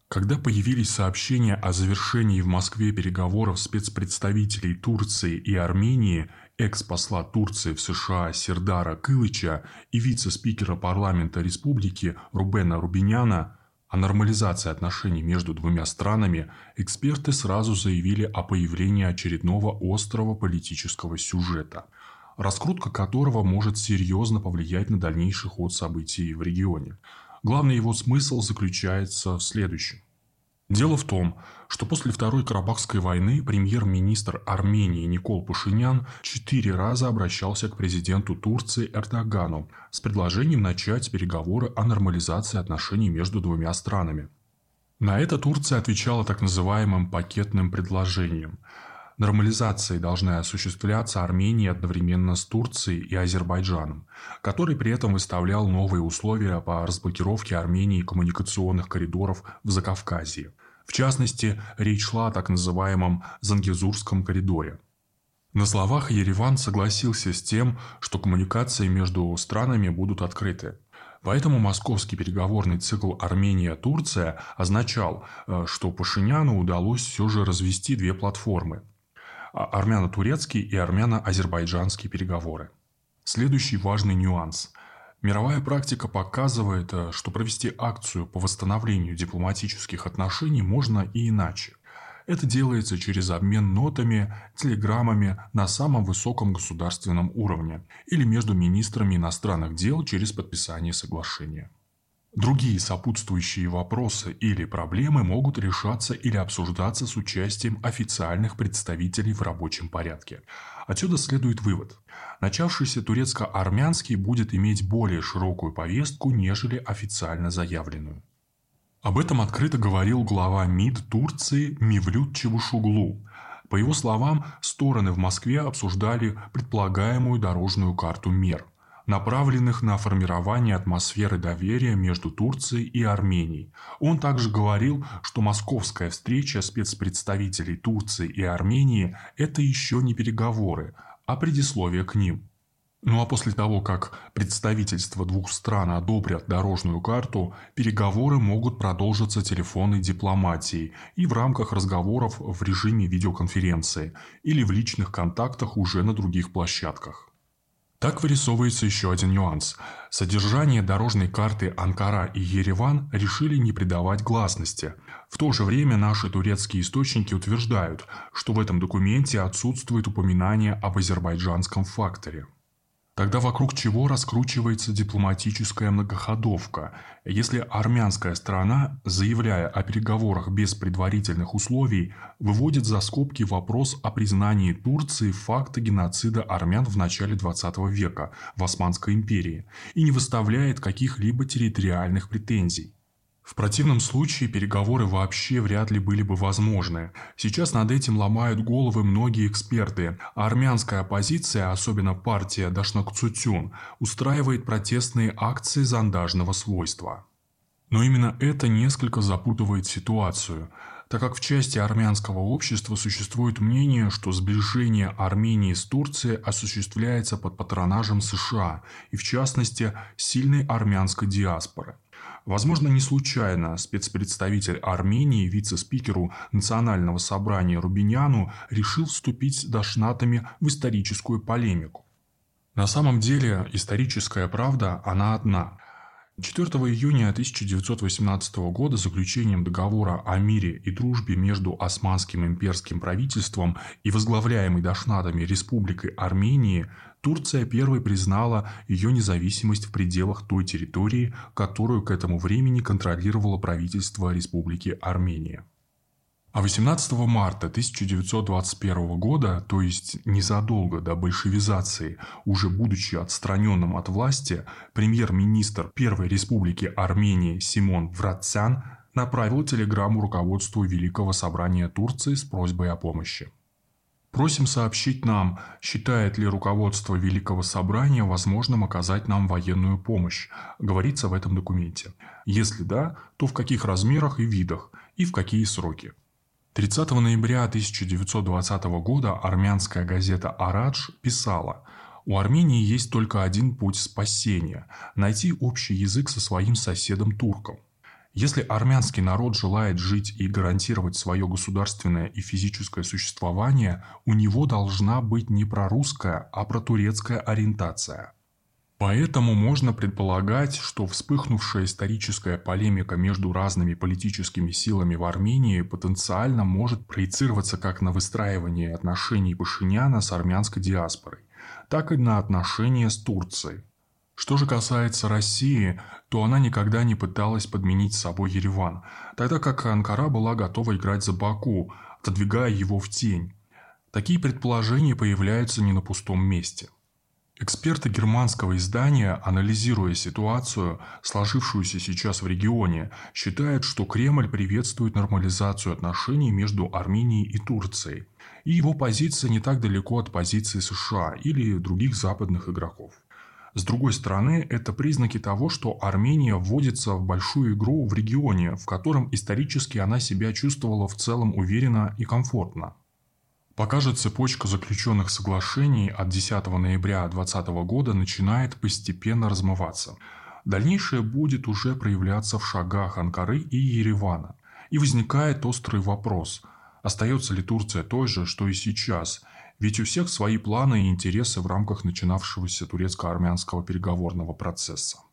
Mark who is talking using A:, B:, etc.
A: Когда появились сообщения о завершении в Москве переговоров спецпредставителей Турции и Армении, экс-посла Турции в США Сердара Кылыча и вице-спикера парламента республики Рубена Рубиняна о нормализации отношений между двумя странами, эксперты сразу заявили о появлении очередного острого политического сюжета, раскрутка которого может серьезно повлиять на дальнейший ход событий в регионе. Главный его смысл заключается в следующем. Дело в том, что после Второй Карабахской войны премьер-министр Армении Никол Пашинян 4 раза обращался к президенту Турции Эрдогану с предложением начать переговоры о нормализации отношений между двумя странами. На это Турция отвечала так называемым пакетным предложением. Нормализации должны осуществляться Арменией одновременно с Турцией и Азербайджаном, который при этом выставлял новые условия по разблокировке Армении коммуникационных коридоров в Закавказье. В частности, речь шла о так называемом Зангезурском коридоре. На словах Ереван согласился с тем, что коммуникации между странами будут открыты. Поэтому московский переговорный цикл «Армения-Турция» означал, что Пашиняну удалось все же развести две платформы – армяно-турецкие и армяно-азербайджанские переговоры. Следующий важный нюанс. Мировая практика показывает, что провести акцию по восстановлению дипломатических отношений можно и иначе. Это делается через обмен нотами, телеграммами на самом высоком государственном уровне или между министрами иностранных дел через подписание соглашения. Другие сопутствующие вопросы или проблемы могут решаться или обсуждаться с участием официальных представителей в рабочем порядке. Отсюда следует вывод. Начавшийся турецко-армянский будет иметь более широкую повестку, нежели официально заявленную. Об этом открыто говорил глава МИД Турции Мевлют Чавушоглу. По его словам, стороны в Москве обсуждали предполагаемую дорожную карту мер, направленных на формирование атмосферы доверия между Турцией и Арменией. Он также говорил, что московская встреча спецпредставителей Турции и Армении – это еще не переговоры, а предисловие к ним. Ну а после того, как представительства двух стран одобрят дорожную карту, переговоры могут продолжиться телефонной дипломатией и в рамках разговоров в режиме видеоконференции или в личных контактах уже на других площадках. Так вырисовывается еще один нюанс. Содержание дорожной карты Анкара и Ереван решили не придавать гласности. В то же время наши турецкие источники утверждают, что в этом документе отсутствует упоминание об азербайджанском факторе. Тогда вокруг чего раскручивается дипломатическая многоходовка, если армянская сторона, заявляя о переговорах без предварительных условий, выводит за скобки вопрос о признании Турции факта геноцида армян в начале XX века в Османской империи и не выставляет каких-либо территориальных претензий. В противном случае переговоры вообще вряд ли были бы возможны. Сейчас над этим ломают головы многие эксперты, а армянская оппозиция, особенно партия Дашнак-Цутюн, устраивает протестные акции зондажного свойства. Но именно это несколько запутывает ситуацию, так как в части армянского общества существует мнение, что сближение Армении с Турцией осуществляется под патронажем США и, в частности, сильной армянской диаспоры. Возможно, не случайно спецпредставитель Армении, вице-спикеру Национального собрания Рубиняну, решил вступить с дашнатами в историческую полемику. На самом деле, историческая правда, она одна. 4 июня 1918 года заключением договора о мире и дружбе между Османским имперским правительством и возглавляемой дашнатами Республикой Армении Турция первой признала ее независимость в пределах той территории, которую к этому времени контролировало правительство Республики Армения. А 18 марта 1921 года, то есть незадолго до большевизации, уже будучи отстраненным от власти, премьер-министр Первой Республики Армении Симон Вратсян направил телеграмму руководству Великого собрания Турции с просьбой о помощи. Просим сообщить нам, считает ли руководство Великого собрания возможным оказать нам военную помощь, говорится в этом документе. Если да, то в каких размерах и видах, и в какие сроки. 30 ноября 1920 года армянская газета «Арадж» писала: «У Армении есть только один путь спасения – найти общий язык со своим соседом турком. Если армянский народ желает жить и гарантировать свое государственное и физическое существование, у него должна быть не прорусская, а протурецкая ориентация. Поэтому можно предполагать, что вспыхнувшая историческая полемика между разными политическими силами в Армении потенциально может проецироваться как на выстраивание отношений Пашиняна с армянской диаспорой, так и на отношения с Турцией. Что же касается России, то она никогда не пыталась подменить собой Ереван, тогда как Анкара была готова играть за Баку, отодвигая его в тень. Такие предположения появляются не на пустом месте. Эксперты германского издания, анализируя ситуацию, сложившуюся сейчас в регионе, считают, что Кремль приветствует нормализацию отношений между Арменией и Турцией, и его позиция не так далеко от позиции США или других западных игроков. С другой стороны, это признаки того, что Армения вводится в большую игру в регионе, в котором исторически она себя чувствовала в целом уверенно и комфортно. Пока же цепочка заключенных соглашений от 10 ноября 2020 года начинает постепенно размываться. Дальнейшее будет уже проявляться в шагах Анкары и Еревана. И возникает острый вопрос, остается ли Турция той же, что и сейчас, ведь у всех свои планы и интересы в рамках начинавшегося турецко-армянского переговорного процесса.